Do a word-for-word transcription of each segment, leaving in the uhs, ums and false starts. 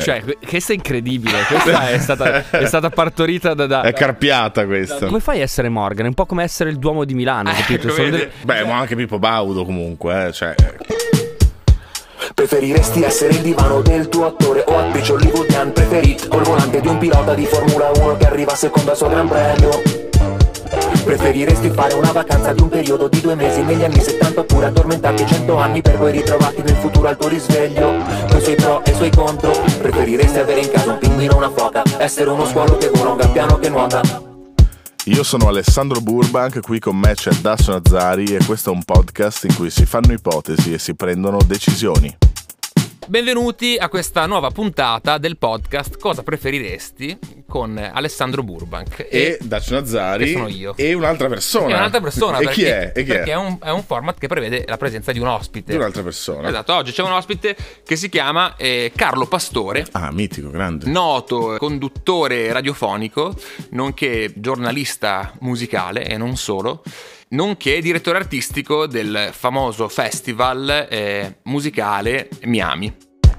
Cioè, questa è incredibile. Questa è stata, è stata partorita da, da... È carpiata questa. Come fai a essere Morgan? È un po' come essere il Duomo di Milano, capito? Sono delle... Beh, ma anche Pippo Baudo comunque, eh, cioè... Preferiresti essere il divano del tuo attore o attrice hollywoodian preferito, o il volante di un pilota di Formula uno che arriva secondo al suo gran premio? Preferiresti fare una vacanza di un periodo di due mesi negli anni settanta oppure addormentarti cento anni per poi ritrovarti nel futuro al tuo risveglio, con i suoi pro e i suoi contro? Preferiresti avere in casa un pinguino o una foca, essere uno squalo che vola, un gabbiano che nuota? Io sono Alessandro Burbank, qui con me c'è Dasso Nazzari e questo è un podcast in cui si fanno ipotesi e si prendono decisioni. Benvenuti a questa nuova puntata del podcast Cosa preferiresti con Alessandro Burbank e, e Dacio Nazzari, che sono io, e un'altra persona. E un'altra persona. E perché, chi è? E chi perché è? È, un, è un format che prevede la presenza di un ospite. Di un'altra persona. Esatto, oggi c'è un ospite che si chiama eh, Carlo Pastore. Ah, mitico, grande. Noto conduttore radiofonico, nonché giornalista musicale e non solo, nonché direttore artistico del famoso festival eh, musicale Miami.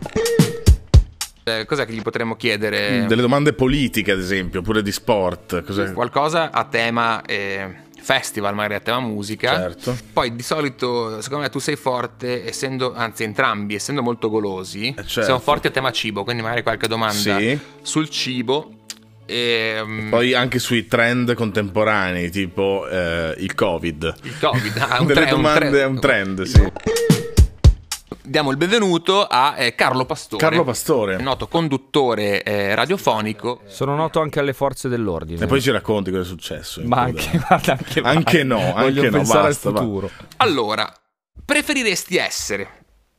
Eh, cos'è che gli potremmo chiedere? Delle domande politiche, ad esempio, oppure di sport. Cos'è? Qualcosa a tema eh, festival, magari a tema musica. Certo. Poi di solito, secondo me, tu sei forte, essendo, anzi entrambi, essendo molto golosi, eh certo. siamo forti a tema cibo, quindi magari qualche domanda sì. sul cibo. E, um... poi anche sui trend contemporanei, tipo eh, il Covid. Il Covid, ah, un Delle tre, domande, un trend, è un trend, sì. Diamo il benvenuto a eh, Carlo Pastore. Carlo Pastore, noto conduttore eh, radiofonico. Sono noto anche alle forze dell'ordine. E poi ci racconti cosa è successo. Ma anche, guarda, anche, anche no, anche voglio no, pensare basta, al futuro. Va. Allora, preferiresti essere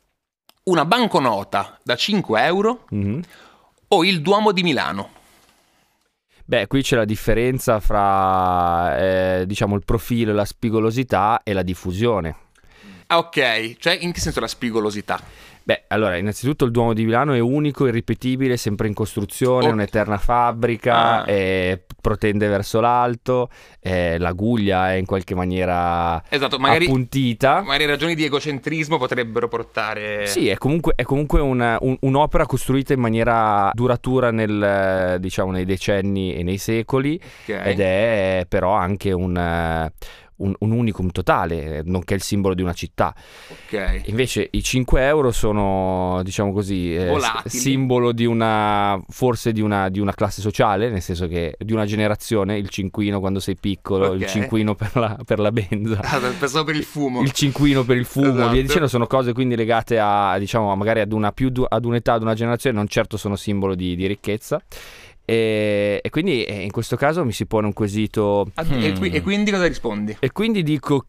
una banconota da cinque euro mm-hmm. o il Duomo di Milano? Beh, qui c'è la differenza fra eh, diciamo il profilo, la spigolosità e la diffusione. Ah, ok, cioè in che senso la spigolosità? Beh, allora, innanzitutto il Duomo di Milano è unico, irripetibile, sempre in costruzione, oh. un'eterna fabbrica, ah. eh, protende verso l'alto, eh, la guglia è in qualche maniera esatto, magari, appuntita. Magari ragioni di egocentrismo potrebbero portare... Sì, è comunque, è comunque una, un, un'opera costruita in maniera duratura nel, diciamo, nei decenni e nei secoli, okay. ed è però anche un... Un, un unicum totale, nonché il simbolo di una città. Ok. Invece i cinque euro sono, diciamo così, eh, simbolo di una, forse di una, di una classe sociale, nel senso che di una generazione, il cinquino quando sei piccolo, okay. il cinquino per la, per la benza, ah, pensavo per il fumo, il cinquino per il fumo, esatto. via dicendo, sono cose quindi legate a, diciamo, magari ad una più, ad un'età, ad una generazione, non certo sono simbolo di, di ricchezza. E, e quindi in questo caso mi si pone un quesito. hmm. e, qui, e quindi cosa rispondi? E quindi dico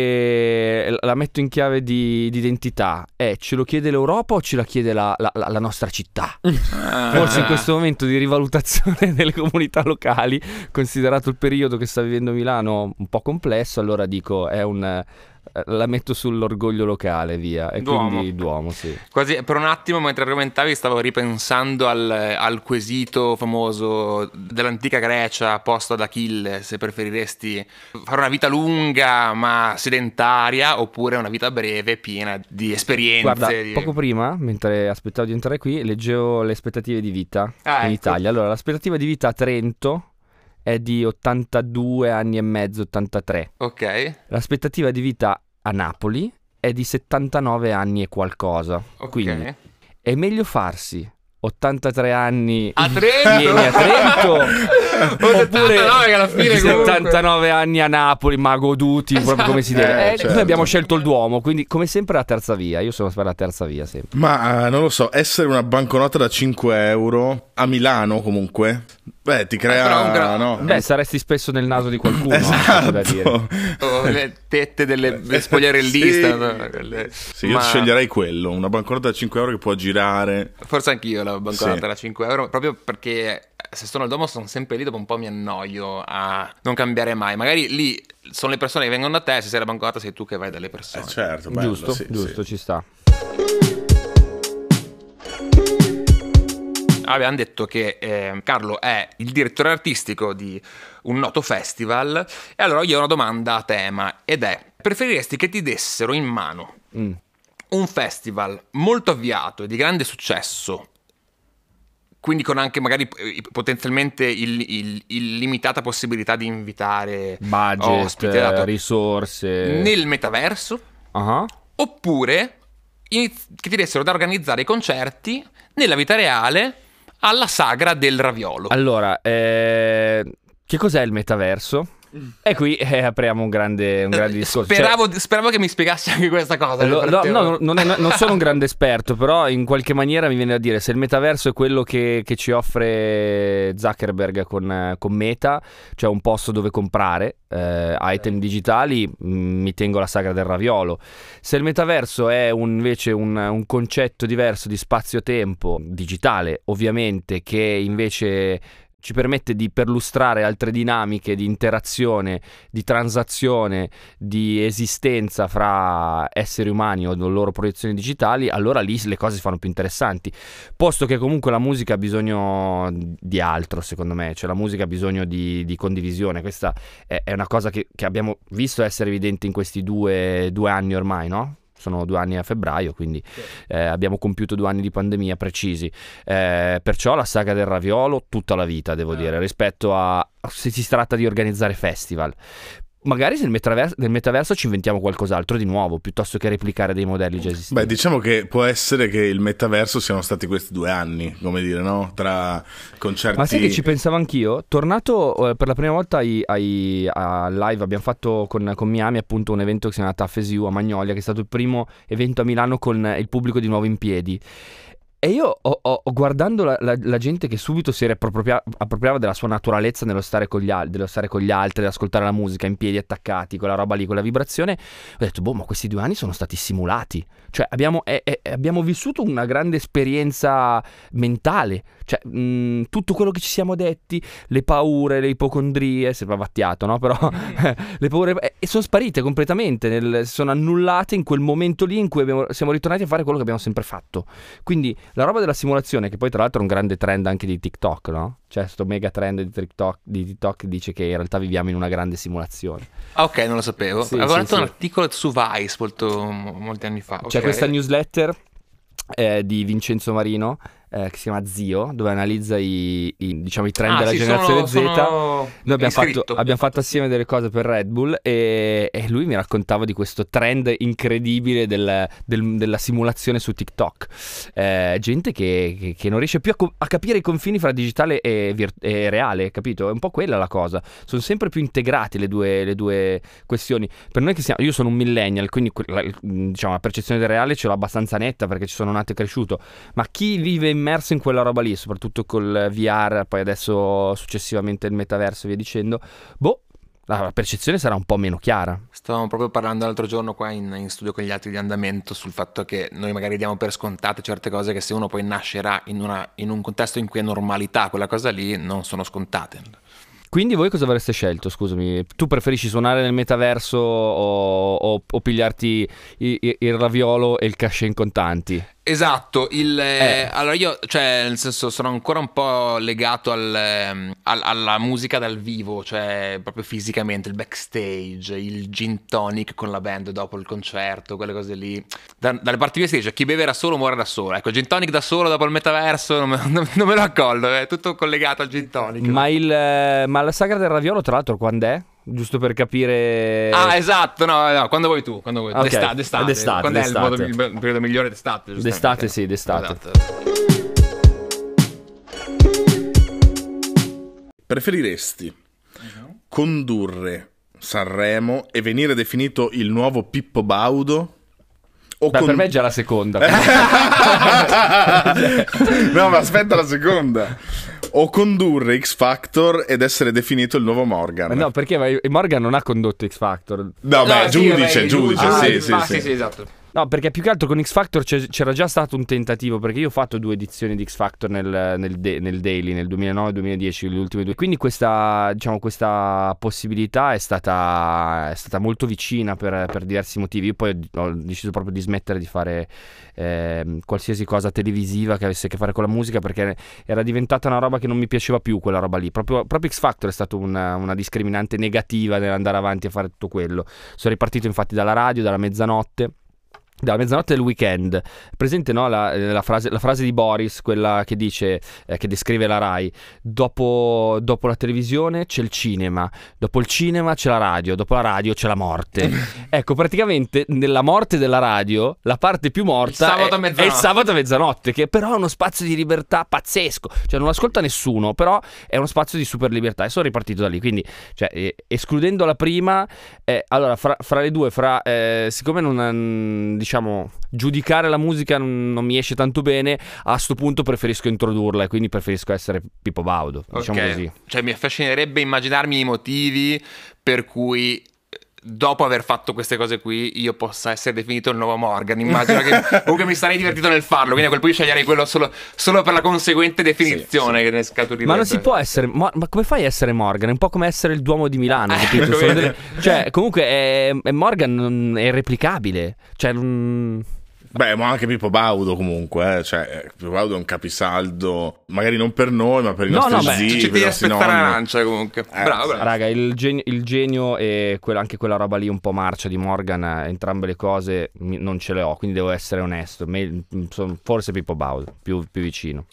che la metto in chiave di, di identità. Eh, ce lo chiede l'Europa o ce la chiede la, la, la nostra città? Ah. Forse in questo momento di rivalutazione delle comunità locali, considerato il periodo che sta vivendo Milano un po' complesso, allora dico è un... la metto sull'orgoglio locale, via. E Duomo. Quindi Duomo, sì. Quasi per un attimo mentre argomentavi stavo ripensando al, al quesito famoso dell'antica Grecia posto ad Achille, se preferiresti fare una vita lunga ma sedentaria oppure una vita breve piena di esperienze. Guarda, di... poco prima, mentre aspettavo di entrare qui, leggevo le aspettative di vita ah, in ecco. Italia. Allora, l'aspettativa di vita a Trento è di ottantadue anni e mezzo, ottantatré. Ok. L'aspettativa di vita a Napoli è di settantanove anni e qualcosa. Ok. Quindi è meglio farsi ottantatré anni a Trento, vieni a Trento oppure alla fine settantanove anni a Napoli ma goduti esatto. proprio come si deve. Eh, eh, certo. Noi abbiamo scelto il Duomo, quindi come sempre la terza via. Io sono per la terza via sempre. Ma uh, non lo so, essere una banconota da cinque euro a Milano comunque, beh, ti crea, eh, gra- no? Beh, saresti spesso nel naso di qualcuno. Esatto. Da dire. Oh, le tette delle, delle spogliarelliste. sì. No? Le... Sì, io Ma... sceglierei quello, una banconota da cinque euro che può girare. Forse anch'io la banconota sì. da cinque euro, proprio perché se sono al Duomo sono sempre lì, dopo un po' mi annoio a non cambiare mai. Magari lì sono le persone che vengono da te, se sei la banconota sei tu che vai dalle persone. Eh certo, bello, giusto, sì, giusto, sì. ci sta. Abbiamo detto che eh, Carlo è il direttore artistico di un noto festival e allora io ho una domanda a tema ed è: preferiresti che ti dessero in mano mm. un festival molto avviato e di grande successo quindi con anche magari potenzialmente il, il, illimitata possibilità di invitare budget, ospiti, dato, risorse nel metaverso, uh-huh. oppure iniz- che ti dessero da organizzare i concerti nella vita reale alla sagra del raviolo. Allora, eh, che cos'è il metaverso? E qui eh, apriamo un grande, un grande discorso. Speravo, cioè, speravo che mi spiegassi anche questa cosa. Lo, no, no, non, è, non sono un grande esperto, però in qualche maniera mi viene da dire, se il metaverso è quello che, che ci offre Zuckerberg con, con Meta, cioè un posto dove comprare eh, item digitali, mh, mi tengo la sagra del raviolo. Se il metaverso è un, invece un, un concetto diverso di spazio-tempo digitale, ovviamente, che invece ci permette di perlustrare altre dinamiche di interazione, di transazione, di esistenza fra esseri umani o loro proiezioni digitali, allora lì le cose si fanno più interessanti. Posto che comunque la musica ha bisogno di altro, secondo me, cioè la musica ha bisogno di, di condivisione. Questa è, è una cosa che, che abbiamo visto essere evidente in questi due, due anni ormai, no? Sono due anni a febbraio, quindi eh, abbiamo compiuto due anni di pandemia precisi. Eh, perciò la saga del raviolo tutta la vita, devo eh. dire, rispetto a se si tratta di organizzare festival. Magari se nel metaverso, nel metaverso ci inventiamo qualcos'altro di nuovo, piuttosto che replicare dei modelli già esistenti. Beh, diciamo che può essere che il metaverso siano stati questi due anni, come dire, no? Tra concerti... Ma sai che ci pensavo anch'io? Tornato eh, per la prima volta ai, ai, a live, abbiamo fatto con, con Miami appunto un evento che si chiama Tough As You a Magnolia, che è stato il primo evento a Milano con il pubblico di nuovo in piedi. E io ho, ho, guardando la, la, la gente che subito si appropria, appropriava della sua naturalezza nello stare con gli altri, dello stare con gli altri, nell'ascoltare la musica in piedi attaccati, con la roba lì, con la vibrazione, ho detto, boh, ma questi due anni sono stati simulati. Cioè abbiamo, eh, eh, abbiamo vissuto una grande esperienza mentale. Cioè mh, tutto quello che ci siamo detti, le paure, le ipocondrie, sembra vattiato, no? Però le paure eh, sono sparite completamente, nel, sono annullate in quel momento lì in cui abbiamo, siamo ritornati a fare quello che abbiamo sempre fatto. Quindi la roba della simulazione, che poi tra l'altro è un grande trend anche di TikTok, no? C'è sto mega trend di TikTok, di TikTok che dice che in realtà viviamo in una grande simulazione. Ah, ok, non lo sapevo. Sì, avevo sì, letto sì. un articolo su Vice molto, molti anni fa. C'è Okay. questa newsletter eh, di Vincenzo Marino eh, che si chiama Zio, dove analizza i, i, diciamo, i trend ah, della sì, generazione sono, Z. sono Noi abbiamo fatto, iscritto. abbiamo fatto assieme delle cose per Red Bull e, e lui mi raccontava di questo trend incredibile del, del, della simulazione su TikTok. Eh, gente che, che, che non riesce più a, co- a capire i confini fra digitale e, vir- e reale, capito? È un po' quella la cosa. Sono sempre più integrati le due, le due questioni. Per noi che siamo, io sono un millennial, quindi la, diciamo, la percezione del reale ce l'ho abbastanza netta perché ci sono nato e cresciuto. Ma chi vive immerso in quella roba lì, soprattutto col V R, poi adesso successivamente il metaverso e via dicendo, boh, la percezione sarà un po' meno chiara. Stavamo proprio parlando l'altro giorno qua in, in studio con gli altri di Andamento sul fatto che noi magari diamo per scontate certe cose che se uno poi nascerà in, una, in un contesto in cui è normalità quella cosa lì non sono scontate. Quindi voi cosa avreste scelto, scusami? Tu preferisci suonare nel metaverso o, o, o pigliarti il, il raviolo e il cachet in contanti? Esatto, il, Eh. allora io, cioè, nel senso, sono ancora un po' legato al, ehm, al- alla musica dal vivo, cioè proprio fisicamente, il backstage, il gin tonic con la band dopo il concerto, quelle cose lì. Da- dalle parti mie si dice, chi beve da solo muore da solo. Ecco, gin tonic da solo dopo il metaverso non me, non- non me lo accolgo, è tutto collegato al gin tonic. Ma, il, ma la sagra del raviolo, tra l'altro, quando è? Giusto per capire... Ah, esatto, no, no, quando vuoi tu, quando vuoi. Ok, D'estate, d'estate. d'estate, Quando è il, d'estate. modo, il periodo migliore d'estate? giustamente. D'estate, sì, d'estate. Esatto. Preferiresti condurre Sanremo e venire definito il nuovo Pippo Baudo? O Beh, con- per me è già la seconda. No, ma aspetta la seconda. O condurre X Factor ed essere definito il nuovo Morgan. Ma no, perché ma Morgan non ha condotto X Factor. No, beh, No, sì, giudice, vabbè, giudice, ah, sì, sì, ah, sì. sì, esatto. No, perché più che altro con X Factor c'è- c'era già stato un tentativo, perché io ho fatto due edizioni di X Factor nel, nel, de- nel Daily, nel duemilanove duemiladieci, le ultime due. Quindi questa, diciamo, questa possibilità è stata, è stata molto vicina per, per diversi motivi. Io poi ho, ho deciso proprio di smettere di fare ehm, qualsiasi cosa televisiva che avesse a che fare con la musica, perché era diventata una roba che non mi piaceva più, quella roba lì. Proprio, proprio X Factor è stata una, una discriminante negativa nell'andare avanti a fare tutto quello. Sono ripartito infatti dalla radio, dalla mezzanotte, dalla mezzanotte del weekend, presente, no, la, la, frase, la frase di Boris, quella che dice, eh, che descrive la Rai: dopo, dopo la televisione c'è il cinema, dopo il cinema c'è la radio, dopo la radio c'è la morte. Ecco, praticamente nella morte della radio la parte più morta il è, è il sabato a mezzanotte, che però è uno spazio di libertà pazzesco, cioè non ascolta nessuno, però è uno spazio di super libertà, e sono ripartito da lì. Quindi, cioè, eh, escludendo la prima, eh, allora fra, fra le due, fra eh, siccome non, diciamo, diciamo, giudicare la musica non, non mi esce tanto bene, a sto punto preferisco introdurla, e quindi preferisco essere Pippo Baudo, diciamo okay. così. Cioè mi affascinerebbe immaginarmi i motivi per cui dopo aver fatto queste cose qui io possa essere definito il nuovo Morgan. Immagino che comunque mi sarei divertito nel farlo, quindi a quel punto sceglierei quello solo, solo per la conseguente definizione, sì, sì, che ne scaturirebbe. Ma non si può essere, ma come fai a essere Morgan? È un po' come essere il Duomo di Milano, capito? Sono delle, cioè comunque è, è Morgan, non è irreplicabile, cioè non... Beh, ma anche Pippo Baudo comunque, eh? Cioè Pippo Baudo è un capisaldo, magari non per noi, ma per i no, nostri no, beh, zii, ci per i devi nostri aspettare nonni. l'arancia comunque. Eh, bravo, bravo. Raga, il genio, il genio e quella, anche quella roba lì un po' marcia di Morgan, entrambe le cose mi, non ce le ho, quindi devo essere onesto. Me, sono, forse Pippo Baudo, più, più vicino.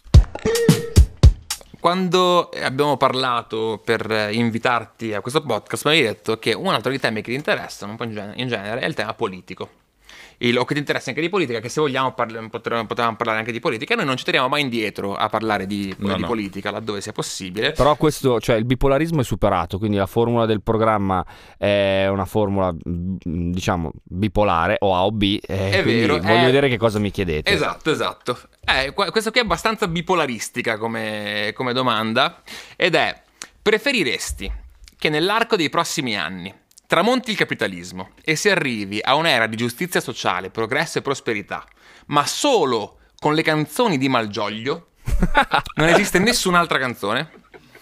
Quando abbiamo parlato per invitarti a questo podcast, mi hai detto che un altro dei temi che ti interessano un po' in genere, in genere è il tema politico. Il, o che ti interessa anche di politica, che se vogliamo parli, potremmo, potevamo parlare anche di politica. Noi non ci tiriamo mai indietro a parlare di, no, di no. politica laddove sia possibile. Però questo, cioè il bipolarismo è superato, quindi la formula del programma è una formula, diciamo, bipolare, o A o B, eh, è vero, voglio è... vedere che cosa mi chiedete. Esatto, esatto. Eh, questo qui è abbastanza bipolaristica come, come domanda, ed è: preferiresti che nell'arco dei prossimi anni tramonti il capitalismo e si arrivi a un'era di giustizia sociale, progresso e prosperità, ma solo con le canzoni di Malgioglio? Non esiste nessun'altra canzone?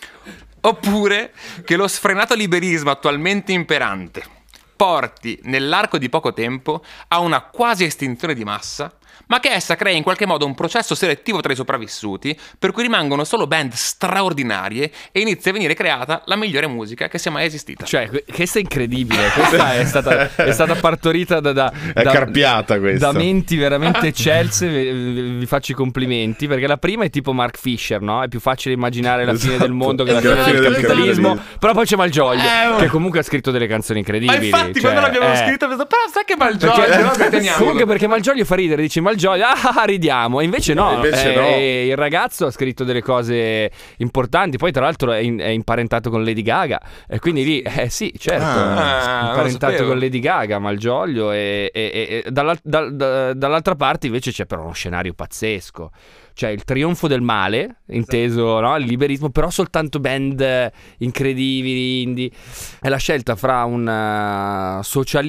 Oppure che lo sfrenato liberismo attualmente imperante porti nell'arco di poco tempo a una quasi estinzione di massa, ma che essa crea in qualche modo un processo selettivo tra i sopravvissuti, per cui rimangono solo band straordinarie e inizia a venire creata la migliore musica che sia mai esistita. Cioè, questa è incredibile, questa è stata, è stata partorita da, da, è da, carpiata questa. da menti veramente eccelse, vi, vi faccio i complimenti, perché la prima è tipo Mark Fisher, no? È più facile immaginare la esatto. fine del mondo che la Esatto. fine del Del capitalismo, capitalismo. però poi c'è Malgioglio, Eh, che comunque ha scritto delle canzoni incredibili. Ma infatti cioè, quando l'abbiamo eh, scritto ho pensato, però sai che Malgioglio, perché, vabbè, teniamolo. comunque perché Malgioglio fa ridere, dici Malgioglio, ah, ridiamo, e invece no, Invece eh, no. il ragazzo ha scritto delle cose importanti, poi tra l'altro è, in, è imparentato con Lady Gaga, e quindi lì, eh sì, certo, Ah, è imparentato sapevo. con Lady Gaga, Malgioglio, e, e, e, e dalla, da, da, dall'altra parte invece c'è però uno scenario pazzesco. Cioè il trionfo del male, inteso, no? Il liberismo, però soltanto band incredibili, indie. È la scelta fra un uh,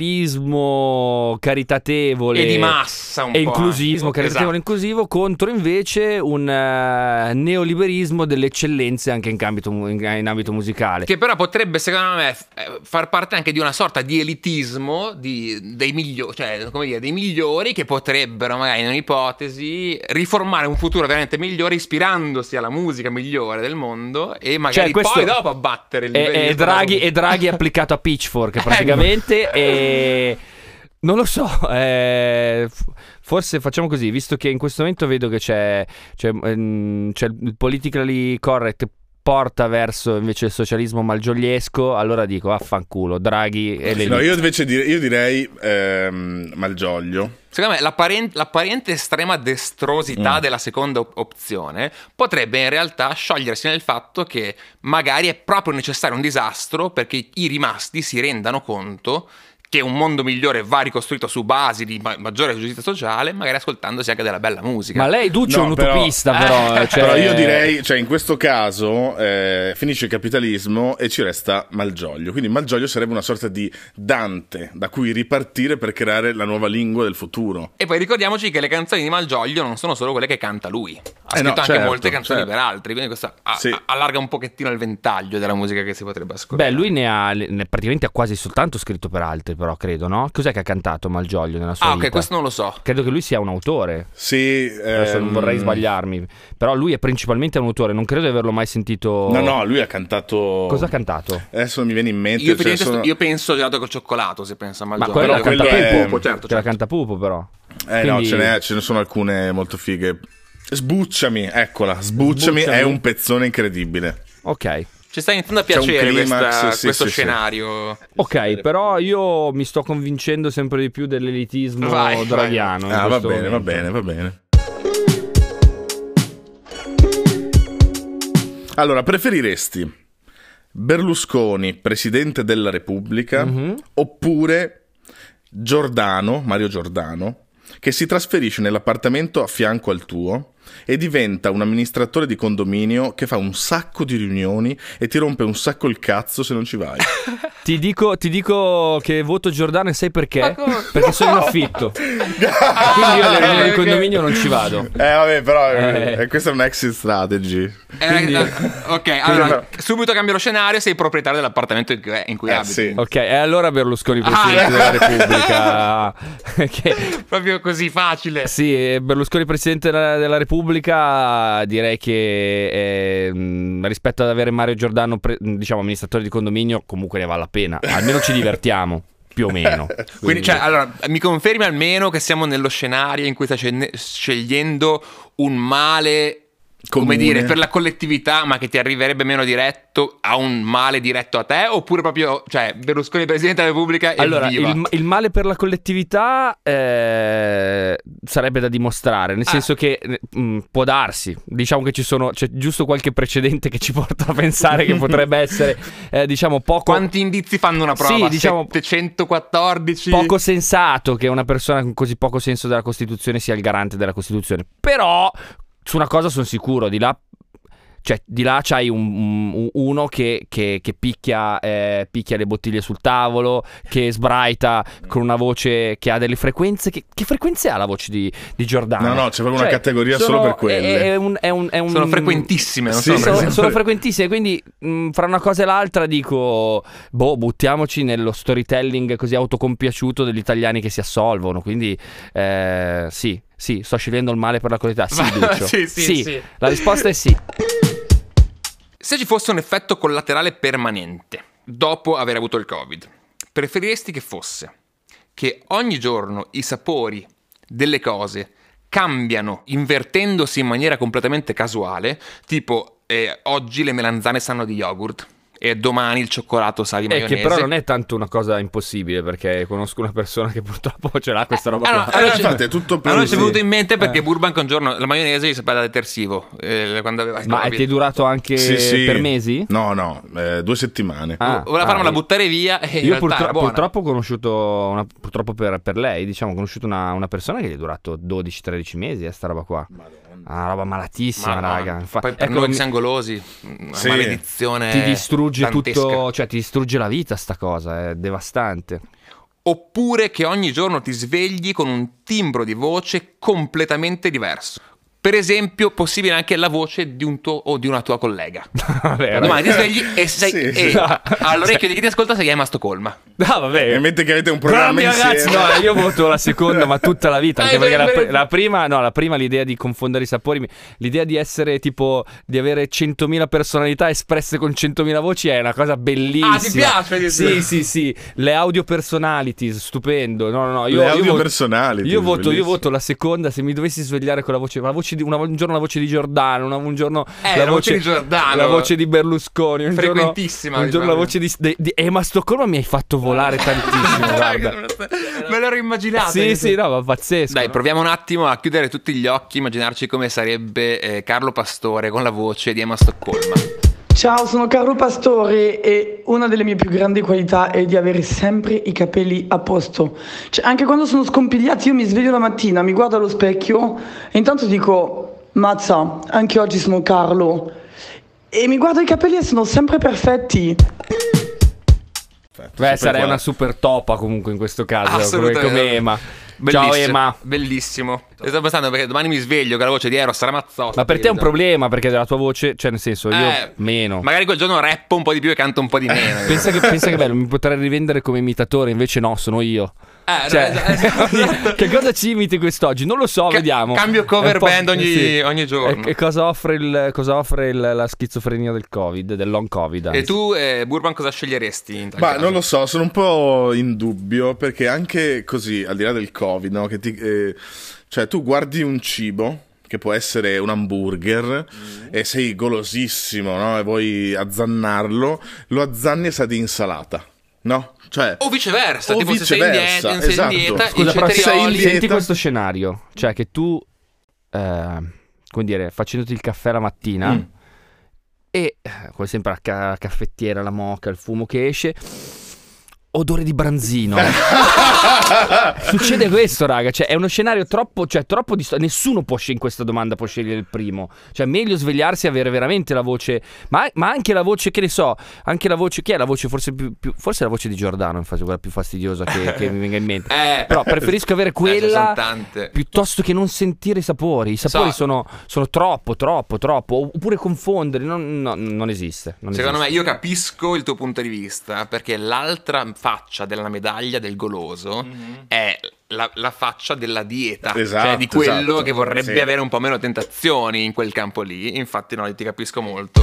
socialismo caritatevole E di massa un e po' inclusismo, anche. caritatevole e Esatto. inclusivo, contro invece un uh, neoliberismo delle eccellenze anche in ambito, in, in ambito musicale. Che però potrebbe, secondo me, f- far parte anche di una sorta di elitismo di, dei migliori, cioè, come dire, dei migliori, che potrebbero, magari, in un'ipotesi, riformare un futuro veramente migliore ispirandosi alla musica migliore del mondo e magari Cioè, poi dopo abbattere il e, liberismo. e Draghi, e Draghi applicato a Pitchfork praticamente. E non lo so, eh, f- forse facciamo così, visto che in questo momento vedo che c'è, c'è, mm, c'è il politically correct porta verso invece il socialismo malgiogliesco, allora dico affanculo Draghi e le No, io invece dire, io direi ehm, Malgioglio. Secondo me l'apparente, l'apparente estrema destrosità Mm. della seconda op- opzione potrebbe in realtà sciogliersi nel fatto che magari è proprio necessario un disastro perché i rimasti si rendano conto che un mondo migliore va ricostruito su basi di ma- maggiore giustizia sociale, magari ascoltandosi anche della bella musica. Ma lei Duccio No, è un però- utopista però, Eh, cioè... Però io direi, cioè in questo caso eh, finisce il capitalismo e ci resta Malgioglio. Quindi Malgioglio sarebbe una sorta di Dante da cui ripartire per creare la nuova lingua del futuro. E poi ricordiamoci che le canzoni di Malgioglio non sono solo quelle che canta lui. Ha Eh no, scritto anche certo, molte canzoni certo. per altri, quindi questo a- Sì. a- allarga un pochettino il ventaglio della musica che si potrebbe ascoltare. Beh, lui ne ha ne, praticamente ha quasi soltanto scritto per altri, però credo, no? Cos'è che ha cantato Malgioglio nella sua Ah, vita? ok, questo non lo so. Credo che lui sia un autore. Sì, Adesso non ehm, vorrei sbagliarmi, però lui è principalmente un autore, non credo di averlo mai sentito. No, no, lui ha cantato. Cosa ha cantato? Adesso non mi viene in mente. Io, cioè, effettivamente sono- sto- io penso gelato col cioccolato, se pensa a Ma Malgioglio. quello però la canta quello è- Pupo, certo, che la certo. canta Pupo però. Eh Quindi... no, ce ne, ce ne sono alcune molto fighe. Sbucciami, eccola, Sbucciami, Sbucciami. è un pezzone incredibile. Ok. Ci sta iniziando a C'è un piacere climax, questa- sì, questo sì, sì. scenario. Ok, però io mi sto convincendo sempre di più dell'elitismo Vai, draghiano. in Ah, va questo bene, va momento. bene, va bene. Allora, preferiresti Berlusconi, presidente della Repubblica, Mhm. oppure Giordano, Mario Giordano, che si trasferisce nell'appartamento a fianco al tuo e diventa un amministratore di condominio che fa un sacco di riunioni e ti rompe un sacco il cazzo se non ci vai? Ti dico, ti dico che voto Giordano e sai perché? Ma come? Perché sono in affitto. Quindi io alle riunioni di ok. condominio non ci vado. Eh vabbè, però Eh. eh, questa è un exit strategy. Eh, Quindi- eh, ok, allora subito cambio lo scenario, sei proprietario dell'appartamento in cui, in cui Eh, abiti. sì. Ok, e allora Berlusconi presidente Ah, della Repubblica. che, Proprio così facile. sì, Berlusconi presidente della, della Repubblica direi che eh, mh, rispetto ad avere Mario Giordano pre- diciamo amministratore di condominio comunque ne vale la pena. Almeno ci divertiamo, più o meno. Quindi, cioè, allora, mi confermi almeno che siamo nello scenario in cui stai scende- scegliendo un male, come Comune. dire, per la collettività, ma che ti arriverebbe meno diretto a un male diretto a te, oppure proprio, cioè, Berlusconi Presidente della Repubblica e Allora, viva. il, il male per la collettività eh, sarebbe da dimostrare, nel Ah. senso che eh, mh, può darsi, diciamo che ci sono, c'è giusto qualche precedente che ci porta a pensare che potrebbe essere, eh, diciamo, poco, Quanti indizi fanno una prova? Sì, diciamo- settecentoquattordici? poco sensato che una persona con così poco senso della Costituzione sia il garante della Costituzione. Però, su una cosa sono sicuro, di là... Cioè, di là c'hai un, un- uno che, che- che picchia, eh, picchia le bottiglie sul tavolo, che sbraita con una voce che ha delle frequenze. Che, che frequenze ha la voce di, di Giordano? No, no, c'è proprio una Cioè, categoria sono- solo per quelle. È, è un, è un- è un- Sono frequentissime, non Sì, sono sono, presenti. sono frequentissime, quindi mh, fra una cosa e l'altra dico, boh, buttiamoci nello storytelling così autocompiaciuto degli italiani che si assolvono. Quindi, eh, sì, sì, sto scegliendo il male per la qualità. Sì, Duccio. Sì, sì, sì. La risposta è sì. Se ci fosse un effetto collaterale permanente dopo aver avuto il Covid, preferiresti che fosse che ogni giorno i sapori delle cose cambiano invertendosi in maniera completamente casuale, tipo eh, oggi le melanzane sanno di yogurt e domani il cioccolato sa di Eh, maionese? che però non è tanto una cosa impossibile, perché conosco una persona che purtroppo ce l'ha questa roba Allora, qua. allora, Eh, infatti è tutto per allora ci è sì. venuto in mente perché Burbank un giorno la maionese gli sapeva da detersivo eh, quando aveva il Ma Covid. ti è durato anche Sì, sì. per mesi? No, no, eh, due settimane. Ah, Voleva farmela ah, buttare via e in Io realtà purtro- era buona. purtroppo ho conosciuto, una, purtroppo per, per lei, diciamo, ho conosciuto una, una persona che gli è durato dodici tredici mesi, eh, sta roba qua. Una roba malatissima, Madonna. raga. Infa- Poi per ecco, noi che mi- siamo golosi, una Sì. maledizione ti distrugge dantesca. tutto, cioè ti distrugge la vita sta cosa, è devastante. Oppure che ogni giorno ti svegli con un timbro di voce completamente diverso. Per esempio, possibile anche la voce di un tuo o di una tua collega. Vabbè, Domani ti svegli e sei Sì, e sì. all'orecchio di chi ti ascolta sei Emma Stoccolma. no, vabbè. E metti che avete un programma Bravi ragazzi, insieme. no, io voto la seconda, ma tutta la vita. Anche Eh, perché la, beh, pr- beh. la prima, no, la prima, l'idea di confondere i sapori, mi- l'idea di essere tipo, di avere centomila personalità espresse con centomila voci è una cosa bellissima. Ah, ti piace? Sì, sì, sì. Le audio personalities, stupendo. No, no, no. Io, Le io audio voto- personalities, Io voto, io bellissimo. voto la seconda. Se mi dovessi svegliare con la voce, la voce di, una, un giorno la voce di Giordano, una- un giorno Eh, la, la voce di Giordano. la voce di Berlusconi, un giorno, Frequentissima, un giorno la diciamo. voce di, di, di Emma Stoccolma mi hai fatto volare tantissimo. Guarda. Me l'ero immaginato. Sì, sì, no, ma pazzesco. Dai, proviamo un attimo a chiudere tutti gli occhi, immaginarci come sarebbe eh, Carlo Pastore con la voce di Emma Stoccolma. Ciao, sono Carlo Pastore e una delle mie più grandi qualità è di avere sempre i capelli a posto. Cioè, anche quando sono scompigliati io mi sveglio la mattina, mi guardo allo specchio e intanto dico, mazza, anche oggi sono Carlo. E mi guardo i capelli e sono sempre perfetti. Beh, sarei qua. una super topa comunque in questo caso, come, Assolutamente. come Emma. Bellissimo, Ciao Emma. Bellissimo. Sto pensando perché domani mi sveglio con la voce di Eros Ramazzotti. Ma per te è un problema perché della tua voce, cioè nel senso, io Eh, meno. Magari quel giorno rappo un po' di più e canto un po' di meno. Pensa che, pensa che bello, mi potrei rivendere come imitatore, invece no, sono io. Eh, Cioè, no, esatto. che cosa ci imiti quest'oggi? Non lo so, Ca- vediamo. cambio cover È un po'- band ogni- sì. ogni giorno. E, e cosa offre, il, cosa offre il- la schizofrenia del Covid, del long Covid? E anzi. tu, eh, Burban, cosa sceglieresti in tal Ma caso? non lo so, sono un po' in dubbio perché anche così, al di là del Covid, no, che ti, eh, cioè tu guardi un cibo che può essere un hamburger mm. e sei golosissimo, no? E vuoi azzannarlo, lo azzanni e sa di insalata, no? Cioè, O viceversa, o tipo viceversa, se sei in dieta, sei esatto. in dieta Scusa, i però sei in cetrioli... dieta- senti questo scenario, cioè che tu, eh, come dire, facendoti il caffè la mattina Mm. e eh, come sempre la ca- caffettiera, la moka, il fumo che esce, odore di branzino. Succede questo, raga, cioè è uno scenario troppo, cioè troppo disto- nessuno può scegliere in questa domanda, può scegliere il primo. Cioè meglio svegliarsi e avere veramente la voce, ma, ma anche la voce, che ne so, anche la voce, che è la voce forse più, più forse la voce di Giordano, infatti quella più fastidiosa che, che mi venga in mente. Eh. Però preferisco avere Eh, ce ne quella sono tante. piuttosto che non sentire i sapori. I sapori So- sono, sono troppo, troppo, troppo. Oppure confondere, non, no, non esiste. Non Secondo esiste. me, io capisco il tuo punto di vista, perché l'altra faccia della medaglia del goloso è la, la faccia della dieta, Esatto, cioè di quello esatto, che vorrebbe sì. avere un po' meno tentazioni in quel campo lì. Infatti no, ti capisco molto.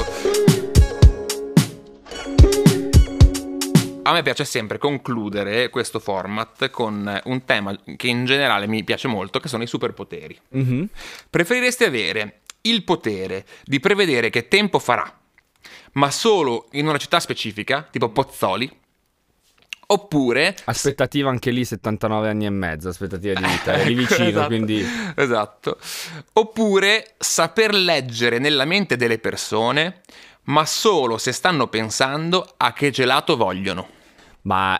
A me piace sempre concludere questo format con un tema che in generale mi piace molto, che sono i superpoteri. Mhm. Preferiresti avere il potere di prevedere che tempo farà, ma solo in una città specifica, tipo Pozzoli, oppure... Aspettativa anche lì settantanove anni e mezzo, aspettativa di vita, è lì Ecco, vicino, esatto, quindi esatto. Oppure saper leggere nella mente delle persone, ma solo se stanno pensando a che gelato vogliono. ma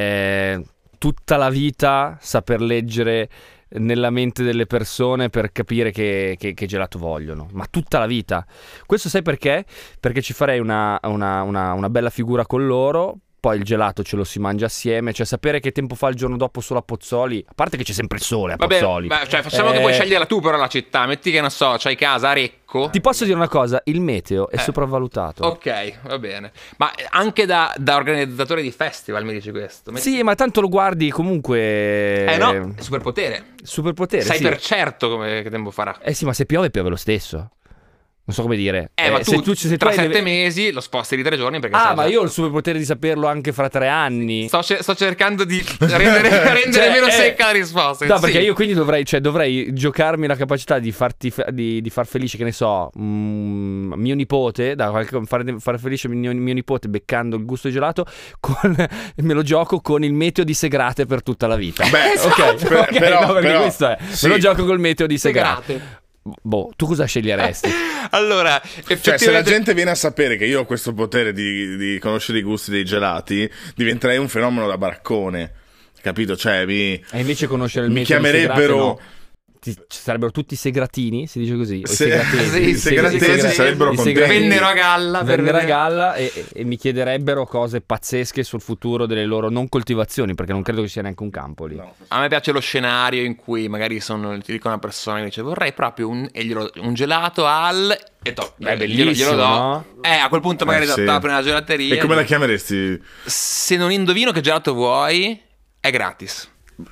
è tutta la vita saper leggere nella mente delle persone per capire che, che, che gelato vogliono, ma tutta la vita. Questo sai perché? Perché ci farei una, una, una, una bella figura con loro. Poi il gelato ce lo si mangia assieme, cioè sapere che tempo fa il giorno dopo solo a Pozzoli, a parte che c'è sempre il sole a Vabbè, Pozzoli. beh, cioè facciamo che Eh, puoi sceglierla tu però la città, metti che non so, c'hai casa a Recco. Ti posso dire una cosa, il meteo è Eh. sopravvalutato. Ok, va bene. Ma anche da, da organizzatore di festival mi dici questo? Metti- Sì, ma tanto lo guardi comunque. Eh no, è superpotere. Superpotere. Sai sì. per certo come che tempo farà. Eh sì, ma se piove, piove lo stesso. Non so come dire. Eh, ma tu, se tu, se tu tra hai sette delle- mesi lo sposti di tre giorni perché Ah, sai ma già. io ho il superpotere di saperlo anche fra tre anni. Sto, ce- sto cercando di rendere, rendere Cioè, meno eh, secca la risposta. No, Sì. perché io quindi dovrei, cioè, dovrei giocarmi la capacità di farti fe- di, di far felice, che ne so, mm, mio nipote, da qualche, fare, fare felice mio, mio nipote beccando il gusto di gelato, con, me lo gioco con il meteo di Segrate per tutta la vita. Beh, ok, per- ok, però- no, perché però, questo è. sì. Me lo gioco col meteo di Segrate. Segrate. Boh, tu cosa sceglieresti? Allora, Cioè, se la effettivamente gente viene a sapere che io ho questo potere di, di conoscere i gusti dei gelati, diventerei un fenomeno da baraccone. Capito? Cioè, mi, E invece conoscere il mi meteo di chiamerebbero. Segrate, no. Ti- ci sarebbero tutti i segratini, si dice così? O i Se- segratesi. sì, i I segratesi segra- sarebbero i contenti. segratesi. vennero a galla per Vennero a vedere- galla e, e- e mi chiederebbero cose pazzesche sul futuro delle loro non coltivazioni, perché non credo che sia neanche un campo lì. No. A me piace lo scenario in cui magari sono, ti dico una persona che dice vorrei proprio un, e glielo- un gelato al... E to, Beh, glielo- glielo bellissimo, do. no? Eh, a quel punto magari Eh, sì. apri una gelateria. E come la chiameresti? Se non indovino che gelato vuoi, è gratis.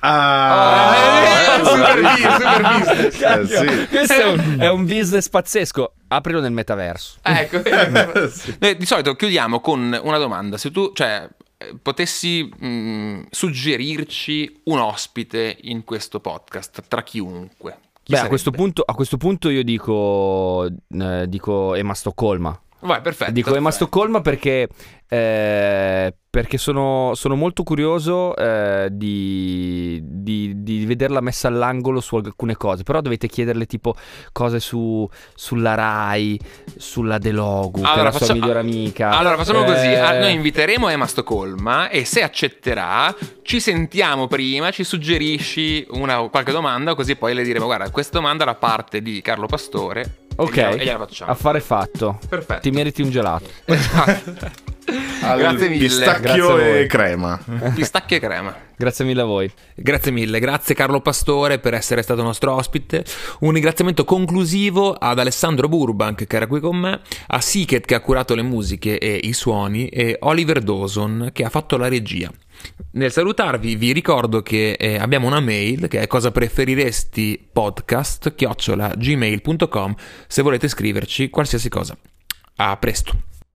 Ah, Eh, super business, super business. Eh, sì. Questo è un, è un business pazzesco. Aprilo nel metaverso. Ecco, noi di solito chiudiamo con una domanda. Se tu, cioè, eh, potessi mh, suggerirci un ospite in questo podcast, tra chiunque. Chi Beh, a sarebbe? questo, punto, a questo punto io dico, eh, dico Emma Stoccolma. Vai, perfetto. Dico Emma perfetto. Stoccolma perché, eh, perché sono, sono molto curioso eh, di, di, di vederla messa all'angolo su alcune cose. Però dovete chiederle tipo cose su, sulla Rai, sulla Delogu, che è la sua migliore amica. Allora facciamo Eh, così, ah, noi inviteremo Emma Stoccolma e se accetterà ci sentiamo prima, ci suggerisci una, qualche domanda, così poi le diremo guarda questa domanda da parte di Carlo Pastore. Ok, e gliela- e gliela facciamo. affare fatto. Perfetto. Ti meriti un gelato. Grazie mille. Pistacchio Grazie a e voi. crema. Pistacchio e crema. Grazie mille a voi. Grazie mille, grazie Carlo Pastore per essere stato nostro ospite. Un ringraziamento conclusivo ad Alessandro Burbank che era qui con me, a Siket che ha curato le musiche e i suoni e Oliver Dawson che ha fatto la regia. Nel salutarvi vi ricordo che eh, abbiamo una mail che è cosa preferiresti podcast chiocciola gmail punto com se volete scriverci qualsiasi cosa. A presto.